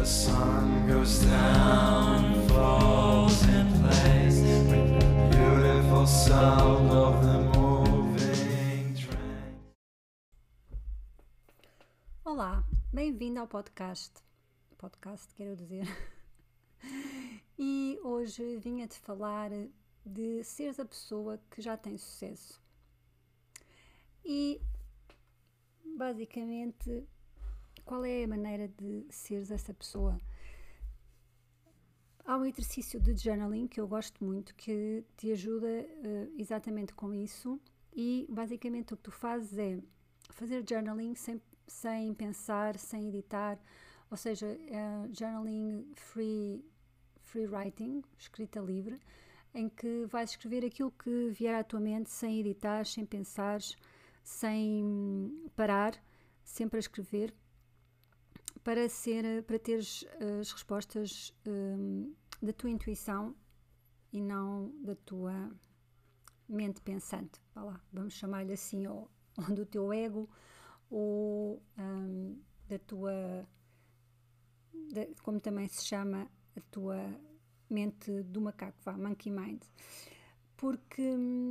the sun goes down, falls in place with the beautiful sound of the moving train. Olá, bem-vindo ao podcast, quero dizer, e hoje vinha-te falar de seres a pessoa que já tem sucesso. E, basicamente, qual é a maneira de seres essa pessoa? Há um exercício de journaling que eu gosto muito, que te ajuda exatamente com isso, e basicamente o que tu fazes é fazer journaling sem pensar, sem editar, ou seja, journaling free writing, escrita livre, em que vais escrever aquilo que vier à tua mente, sem editar, sem pensar, sem parar, sempre a escrever, para teres as respostas da tua intuição e não da tua mente pensante. Vá lá, vamos chamar-lhe assim, ou do teu ego, ou da tua, como também se chama, a tua mente do macaco, monkey mind. Porque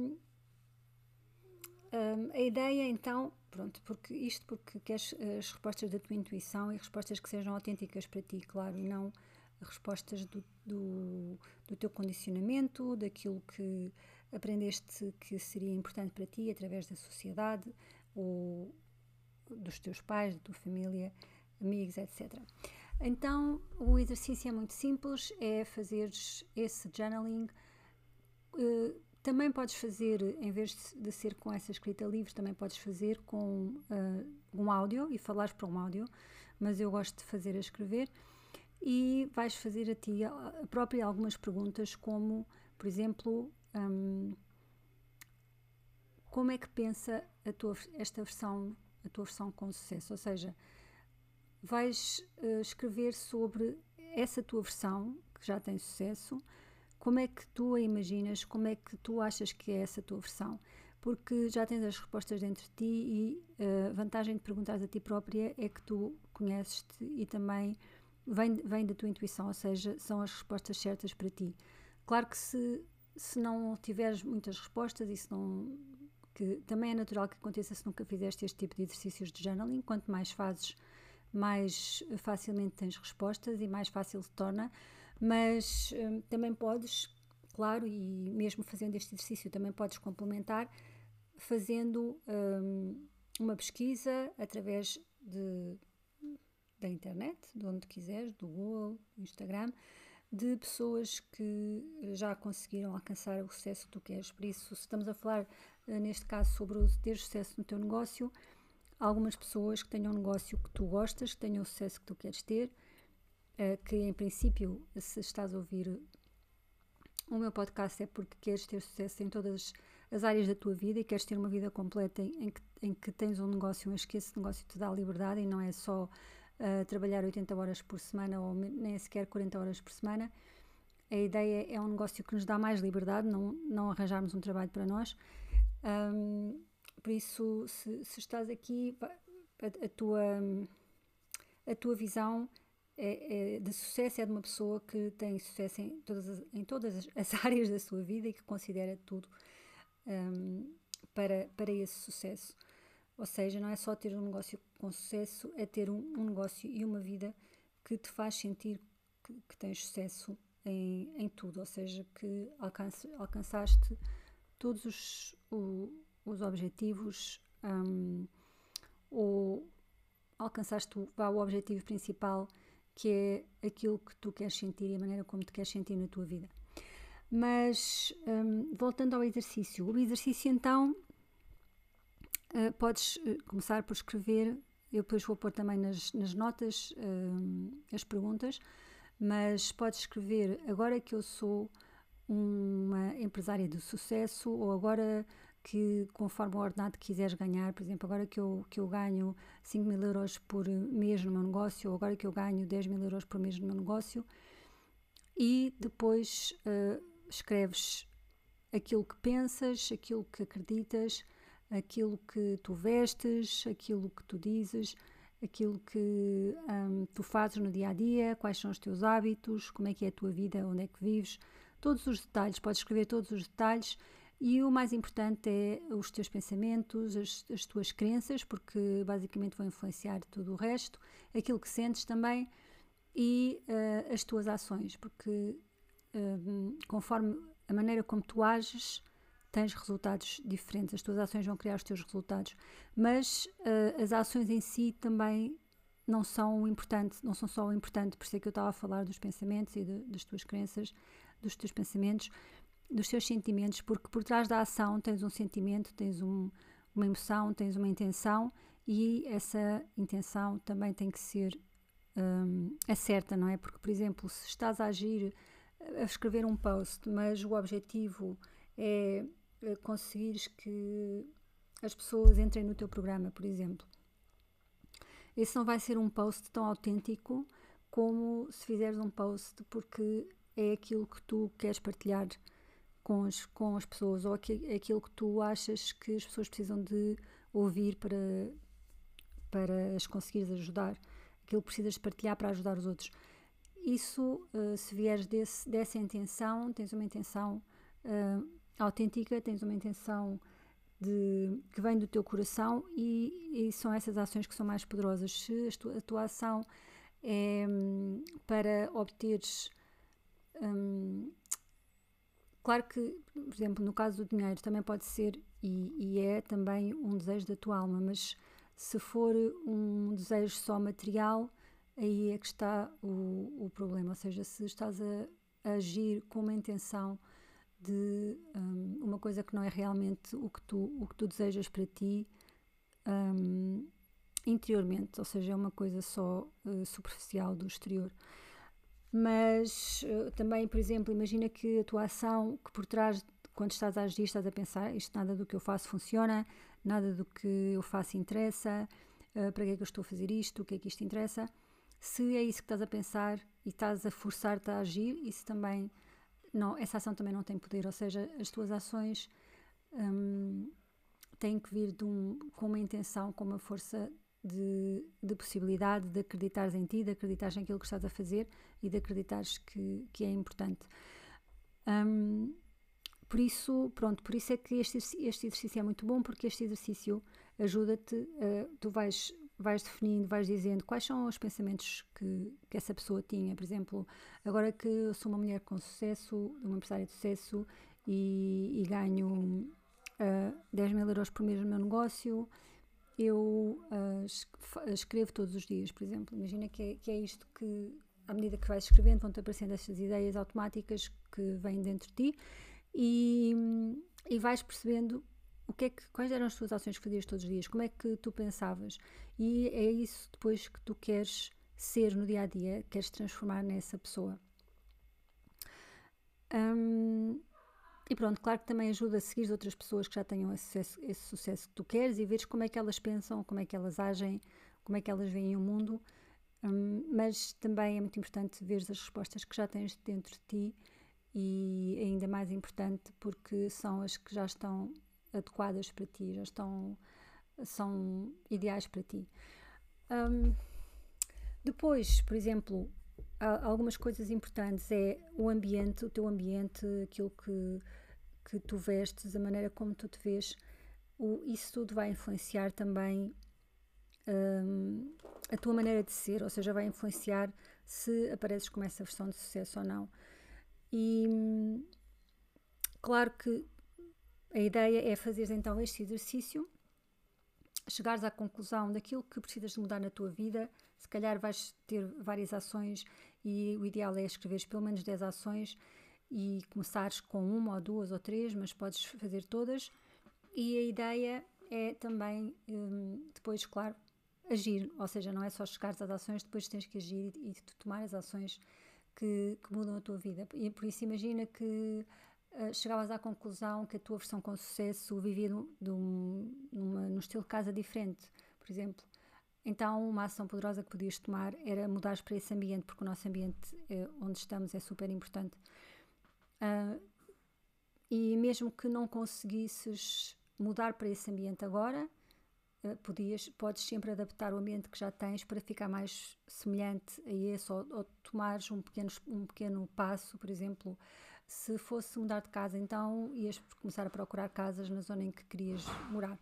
a ideia, então, porque queres as respostas da tua intuição e respostas que sejam autênticas para ti, claro, e não respostas do teu condicionamento, daquilo que aprendeste que seria importante para ti através da sociedade, ou dos teus pais, da tua família, amigos, etc. Então, o exercício é muito simples, é fazeres esse journaling. Também podes fazer, em vez de ser com essa escrita livre, também podes fazer com um áudio e falares para um áudio, mas eu gosto de fazer a escrever, e vais fazer a ti a própria algumas perguntas, como, por exemplo, como é que pensa a tua versão com sucesso, ou seja, vais escrever sobre essa tua versão que já tem sucesso. Como é que tu a imaginas? Como é que tu achas que é essa tua versão? Porque já tens as respostas dentro de ti, e a vantagem de perguntares a ti própria é que tu conheces-te e também vem da tua intuição, ou seja, são as respostas certas para ti. Claro que se não tiveres muitas respostas, que também é natural que aconteça se nunca fizeste este tipo de exercícios de journaling, quanto mais fazes, mais facilmente tens respostas e mais fácil se torna. Mas também podes, claro, e mesmo fazendo este exercício, também podes complementar fazendo uma pesquisa através da internet, de onde quiseres, do Google, do Instagram, de pessoas que já conseguiram alcançar o sucesso que tu queres. Por isso, se estamos a falar, neste caso, sobre ter sucesso no teu negócio, algumas pessoas que tenham um negócio que tu gostas, que tenham o sucesso que tu queres ter, que em princípio, se estás a ouvir o meu podcast, é porque queres ter sucesso em todas as áreas da tua vida e queres ter uma vida completa em que tens um negócio, mas que esse negócio te dá liberdade e não é só trabalhar 80 horas por semana ou nem sequer 40 horas por semana. A ideia é um negócio que nos dá mais liberdade, não arranjarmos um trabalho para nós. Por isso, se estás aqui, a tua visão de sucesso é de uma pessoa que tem sucesso em todas as áreas da sua vida e que considera tudo para esse sucesso. Ou seja, não é só ter um negócio com sucesso, é ter um negócio e uma vida que te faz sentir que tens sucesso em tudo, ou seja, que alcançaste todos os objetivos, ou alcançaste o objetivo principal, que é aquilo que tu queres sentir e a maneira como te queres sentir na tua vida. Mas, voltando ao exercício. O exercício, então, podes começar por escrever. Eu depois vou pôr também nas notas as perguntas, mas podes escrever: agora que eu sou uma empresária de sucesso, ou agora que, conforme o ordenado que quiseres ganhar, por exemplo, agora que eu ganho 5.000 euros por mês no meu negócio, ou agora que eu ganho 10.000 euros por mês no meu negócio, e depois escreves aquilo que pensas, aquilo que acreditas, aquilo que tu vestes, aquilo que tu dizes, aquilo que tu fazes no dia a dia, quais são os teus hábitos, como é que é a tua vida, onde é que vives, todos os detalhes, podes escrever todos os detalhes. E o mais importante é os teus pensamentos, as tuas crenças, porque basicamente vão influenciar tudo o resto, aquilo que sentes também e as tuas ações, porque conforme a maneira como tu ages, tens resultados diferentes. As tuas ações vão criar os teus resultados, mas as ações em si também não são importantes, não são só o importante. Por isso é que eu estava a falar dos pensamentos e das tuas crenças, dos teus pensamentos, dos teus sentimentos, porque por trás da ação tens um sentimento, tens uma emoção, tens uma intenção, e essa intenção também tem que ser a certa, não é? Porque, por exemplo, se estás a agir, a escrever um post, mas o objetivo é conseguires que as pessoas entrem no teu programa, por exemplo, esse não vai ser um post tão autêntico como se fizeres um post porque é aquilo que tu queres partilhar com as pessoas, ou é aquilo que tu achas que as pessoas precisam de ouvir para as conseguires ajudar, aquilo que precisas de partilhar para ajudar os outros. Isso, se vieres dessa intenção, tens uma intenção autêntica, tens uma intenção que vem do teu coração, e são essas ações que são mais poderosas. Se a tua ação é para obteres... claro que, por exemplo, no caso do dinheiro também pode ser e é também um desejo da tua alma, mas se for um desejo só material, aí é que está o problema. Ou seja, se estás a agir com uma intenção de uma coisa que não é realmente o que tu desejas para ti interiormente, ou seja, é uma coisa só superficial do exterior. Mas também, por exemplo, imagina que a tua ação, que por trás, quando estás a agir, estás a pensar, isto nada do que eu faço funciona, nada do que eu faço interessa, para que é que eu estou a fazer isto, o que é que isto interessa. Se é isso que estás a pensar e estás a forçar-te a agir, isso também não, essa ação também não tem poder. Ou seja, as tuas ações têm que vir com uma intenção, com uma força de possibilidade, de acreditares em ti, de acreditares naquilo que estás a fazer e de acreditares que é importante. Por isso é que este exercício é muito bom, porque este exercício ajuda-te, tu vais definindo, vais dizendo quais são os pensamentos que essa pessoa tinha. Por exemplo, agora que eu sou uma mulher com sucesso, uma empresária de sucesso e ganho 10 mil euros por mês no meu negócio, eu escrevo todos os dias, por exemplo. Imagina que é isto que, à medida que vais escrevendo, vão-te aparecendo estas ideias automáticas que vêm dentro de ti e vais percebendo quais eram as tuas ações que fazias todos os dias, como é que tu pensavas, e é isso depois que tu queres ser no dia-a-dia, queres transformar nessa pessoa. E pronto, claro que também ajuda a seguir outras pessoas que já tenham esse sucesso que tu queres e veres como é que elas pensam, como é que elas agem, como é que elas veem o mundo, mas também é muito importante ver as respostas que já tens dentro de ti, e ainda mais importante porque são as que já estão adequadas para ti, são ideais para ti. Depois, por exemplo, algumas coisas importantes é o ambiente, o teu ambiente, aquilo que tu vestes, a maneira como tu te vês, isso tudo vai influenciar também a tua maneira de ser, ou seja, vai influenciar se apareces com essa versão de sucesso ou não. E claro que a ideia é fazeres então este exercício, chegares à conclusão daquilo que precisas de mudar na tua vida. Se calhar vais ter várias ações e o ideal é escreveres pelo menos 10 ações e começares com 1 ou 2 ou 3, mas podes fazer todas. E a ideia é também depois, claro, agir, ou seja, não é só chegares às ações, depois tens que agir e tomar as ações que mudam a tua vida. E por isso imagina que chegavas à conclusão que a tua versão com sucesso vivia num estilo de casa diferente, por exemplo. Então uma ação poderosa que podias tomar era mudares para esse ambiente, porque o nosso ambiente onde estamos é super importante. E mesmo que não conseguisses mudar para esse ambiente agora, podes sempre adaptar o ambiente que já tens para ficar mais semelhante a esse, ou tomares um pequeno passo. Por exemplo, se fosse mudar de casa, então ias começar a procurar casas na zona em que querias morar.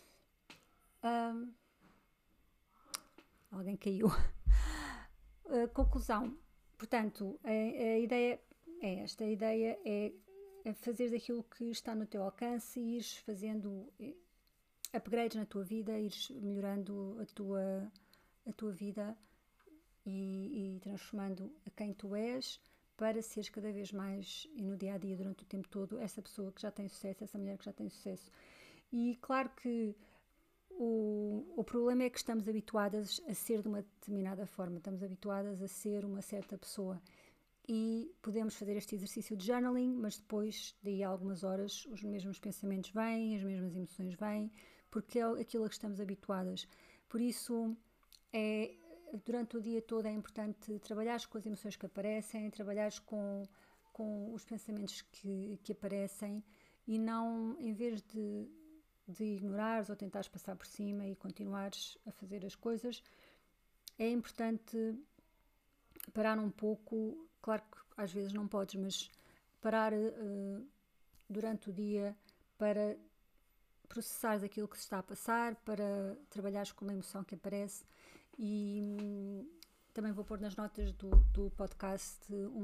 Alguém caiu. Conclusão. Portanto, a ideia é esta. A ideia é fazeres aquilo que está no teu alcance e ires fazendo upgrades na tua vida, ires melhorando a tua vida e transformando a quem tu és, para seres cada vez mais, e no dia-a-dia, durante o tempo todo, essa pessoa que já tem sucesso, essa mulher que já tem sucesso. E claro que o problema é que estamos habituadas a ser de uma determinada forma, estamos habituadas a ser uma certa pessoa, e podemos fazer este exercício de journaling, mas depois, daí a algumas horas, os mesmos pensamentos vêm, as mesmas emoções vêm, porque é aquilo a que estamos habituadas. Por isso, durante o dia todo é importante trabalhares com as emoções que aparecem, trabalhares com os pensamentos que aparecem, e não, em vez de ignorares ou tentares passar por cima e continuares a fazer as coisas, é importante parar um pouco. Claro que às vezes não podes, mas parar durante o dia para processares aquilo que se está a passar, para trabalhares com uma emoção que aparece. E também vou pôr nas notas do podcast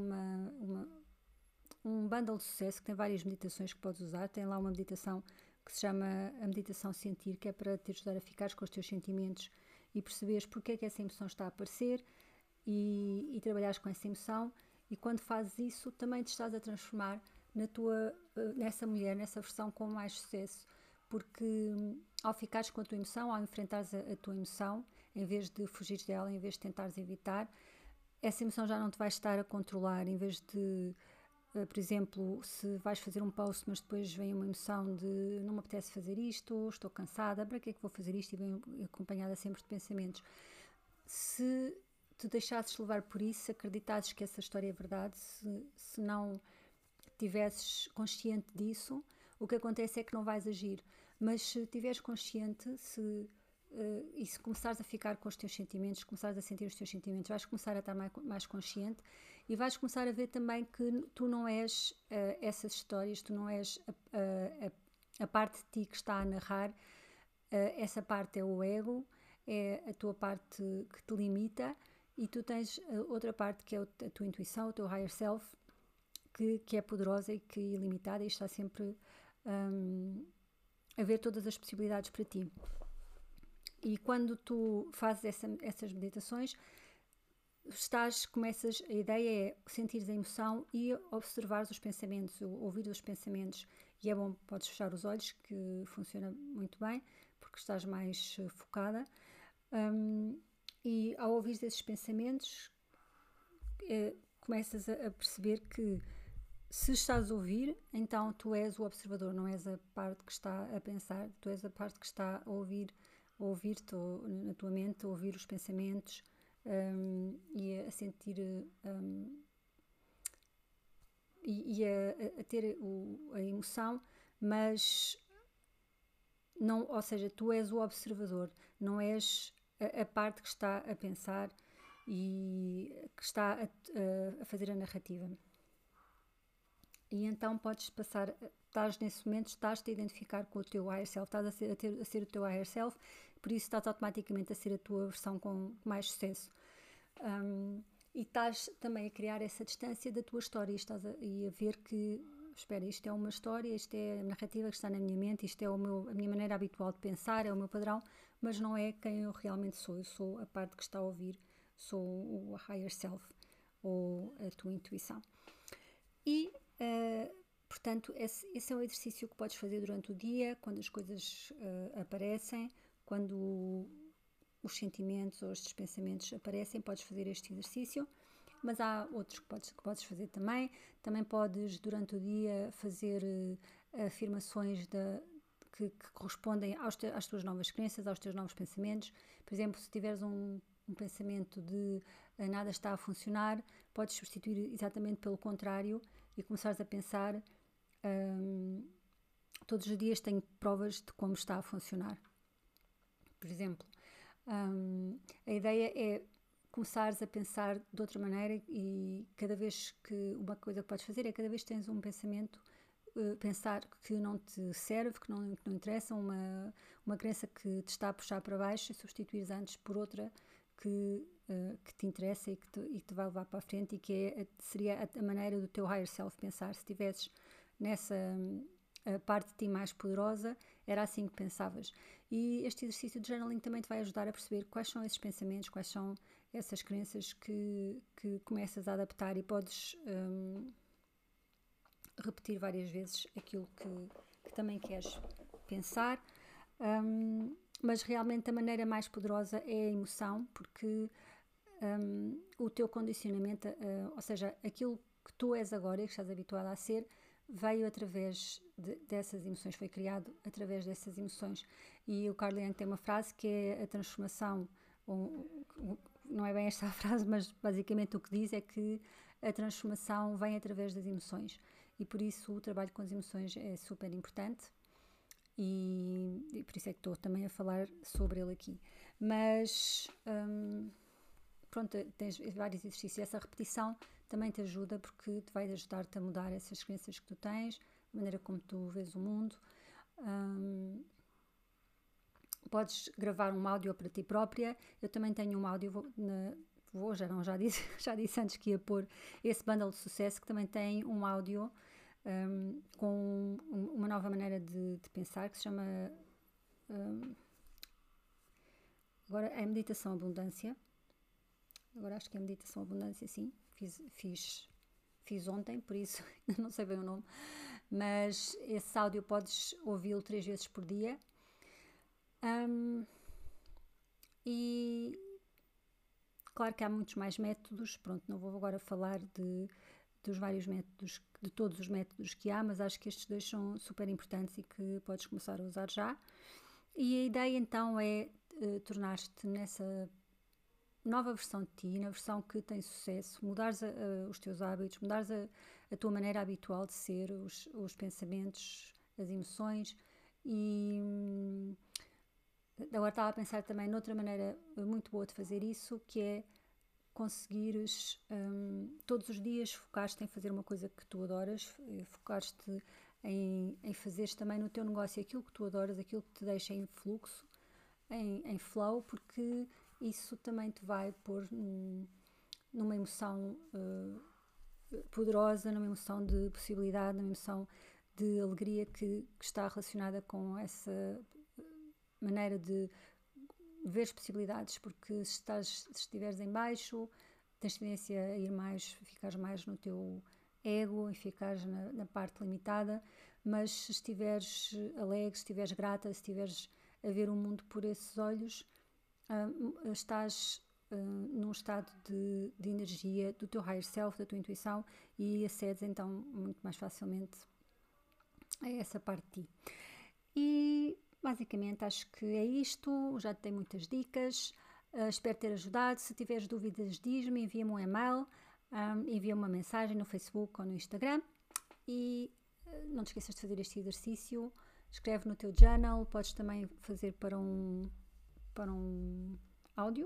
um bundle de sucesso que tem várias meditações que podes usar. Tem lá uma meditação que se chama a meditação sentir, que é para te ajudar a ficar com os teus sentimentos e perceberes porque é que essa emoção está a aparecer, e trabalhares com essa emoção. E quando fazes isso, também te estás a transformar nessa mulher, nessa versão com mais sucesso, porque ao ficares com a tua emoção, ao enfrentares a tua emoção, em vez de fugires dela, em vez de tentares evitar, essa emoção já não te vai estar a controlar. Em vez de, por exemplo, se vais fazer um post, mas depois vem uma emoção de não me apetece fazer isto, estou cansada, para que é que vou fazer isto? E vem acompanhada sempre de pensamentos. Se te deixasses levar por isso, acreditasses que essa história é verdade, se não estivesses consciente disso, o que acontece é que não vais agir. Mas se estiveres consciente, e se começares a ficar com os teus sentimentos, começares a sentir os teus sentimentos, vais começar a estar mais consciente, e vais começar a ver também que tu não és essas histórias, tu não és a parte de ti que está a narrar. Essa parte é o ego, é a tua parte que te limita, e tu tens outra parte que é a tua intuição, o teu higher self, que é poderosa e que é ilimitada, e está sempre a ver todas as possibilidades para ti. E quando tu fazes essas meditações, a ideia é sentir a emoção e observar os pensamentos, ouvir os pensamentos. E é bom, podes fechar os olhos, que funciona muito bem, porque estás mais focada. E ao ouvir esses pensamentos, começas a perceber que, se estás a ouvir, então tu és o observador, não és a parte que está a pensar, tu és a parte que está a ouvir-te na tua mente, a ouvir os pensamentos, e a sentir e a ter a emoção, mas não, ou seja, tu és o observador, não és a parte que está a pensar e que está a fazer a narrativa. E então podes passar, estás nesse momento, estás-te a identificar com o teu higher self, estás a ser o teu higher self, por isso estás automaticamente a ser a tua versão com mais sucesso. E estás também a criar essa distância da tua história, e a ver que, espera, isto é uma história, isto é a narrativa que está na minha mente, isto é a minha maneira habitual de pensar, é o meu padrão, mas não é quem eu realmente sou. Eu sou a parte que está a ouvir, sou o higher self, ou a tua intuição. E portanto, esse é um exercício que podes fazer durante o dia, quando as coisas aparecem, quando os sentimentos ou estes pensamentos aparecem, podes fazer este exercício. Mas há outros que podes fazer também. Também podes, durante o dia, fazer afirmações que correspondem às tuas novas crenças, aos teus novos pensamentos. Por exemplo, se tiveres um pensamento de nada está a funcionar, podes substituir exatamente pelo contrário e começares a pensar todos os dias tenho provas de como está a funcionar. Por exemplo, a ideia é começares a pensar de outra maneira, e cada vez que uma coisa que podes fazer é cada vez que tens um pensamento, pensar que não te serve, que não interessa, uma crença que te está a puxar para baixo, e substituires antes por outra que te interessa e que te vai levar para a frente, e que seria a maneira do teu higher self pensar. Se estivesses nessa parte de ti mais poderosa, era assim que pensavas. E este exercício de journaling também te vai ajudar a perceber quais são esses pensamentos, quais são essas crenças que começas a adaptar, e podes repetir várias vezes aquilo que também queres pensar. Mas realmente a maneira mais poderosa é a emoção, porque o teu condicionamento, ou seja, aquilo que tu és agora e que estás habituado a ser, veio através dessas emoções, foi criado através dessas emoções. E o Carl Jung tem uma frase que é a transformação, não é bem esta a frase, mas basicamente o que diz é que a transformação vem através das emoções, e por isso o trabalho com as emoções é super importante, e por isso é que estou também a falar sobre ele aqui. Mas pronto, tens vários exercícios, e essa repetição também te ajuda, porque te vai ajudar-te a mudar essas crenças que tu tens, a maneira como tu vês o mundo. Podes gravar um áudio para ti própria. Eu também tenho um áudio, já disse antes que ia pôr esse bundle de sucesso, que também tem um áudio com uma nova maneira de pensar, que se chama agora é Meditação Abundância. Agora acho que é Meditação Abundância, sim. Fiz ontem, por isso não sei bem o nome, mas esse áudio podes ouvi-lo 3 vezes por dia. E claro que há muitos mais métodos, pronto, não vou agora falar dos vários métodos, de todos os métodos que há, mas acho que estes 2 são super importantes e que podes começar a usar já. E a ideia então é tornar-te nessa nova versão de ti, na versão que tem sucesso, mudares os teus hábitos, mudares a tua maneira habitual de ser, os pensamentos, as emoções. E agora estava a pensar também noutra maneira muito boa de fazer isso, que é conseguires todos os dias focar-te em fazer uma coisa que tu adoras, focar-te em fazeres também no teu negócio aquilo que tu adoras, aquilo que te deixa em fluxo, em flow, porque isso também te vai pôr numa emoção poderosa, numa emoção de possibilidade, numa emoção de alegria que está relacionada com essa maneira de ver possibilidades, porque se estiveres em baixo, tens tendência a ir mais, ficares mais no teu ego e ficares na parte limitada, mas se estiveres alegre, se estiveres grata, se estiveres a ver o mundo por esses olhos, estás num estado de energia do teu higher self, da tua intuição, e acedes então muito mais facilmente a essa parte de ti. E basicamente acho que é isto, já te dei muitas dicas, espero ter ajudado. Se tiveres dúvidas, diz-me, envia-me um e-mail, envia-me uma mensagem no Facebook ou no Instagram, e não te esqueças de fazer este exercício. Escreve no teu journal, podes também fazer para um áudio,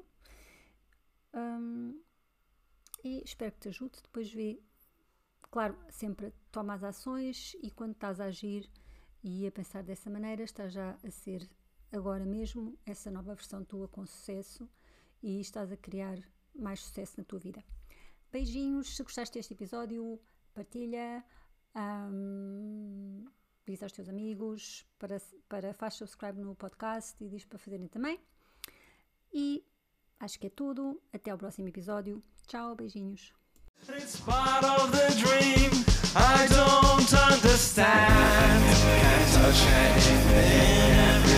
e espero que te ajude. Depois vê, claro, sempre toma as ações, e quando estás a agir e a pensar dessa maneira, estás já a ser agora mesmo essa nova versão tua com sucesso, e estás a criar mais sucesso na tua vida. Beijinhos, se gostaste deste episódio, partilha, diz aos teus amigos, faz subscribe no podcast e diz para fazerem também. E acho que é tudo. Até ao próximo episódio. Tchau, beijinhos. It's part of the dream I don't understand. Can't touch anything.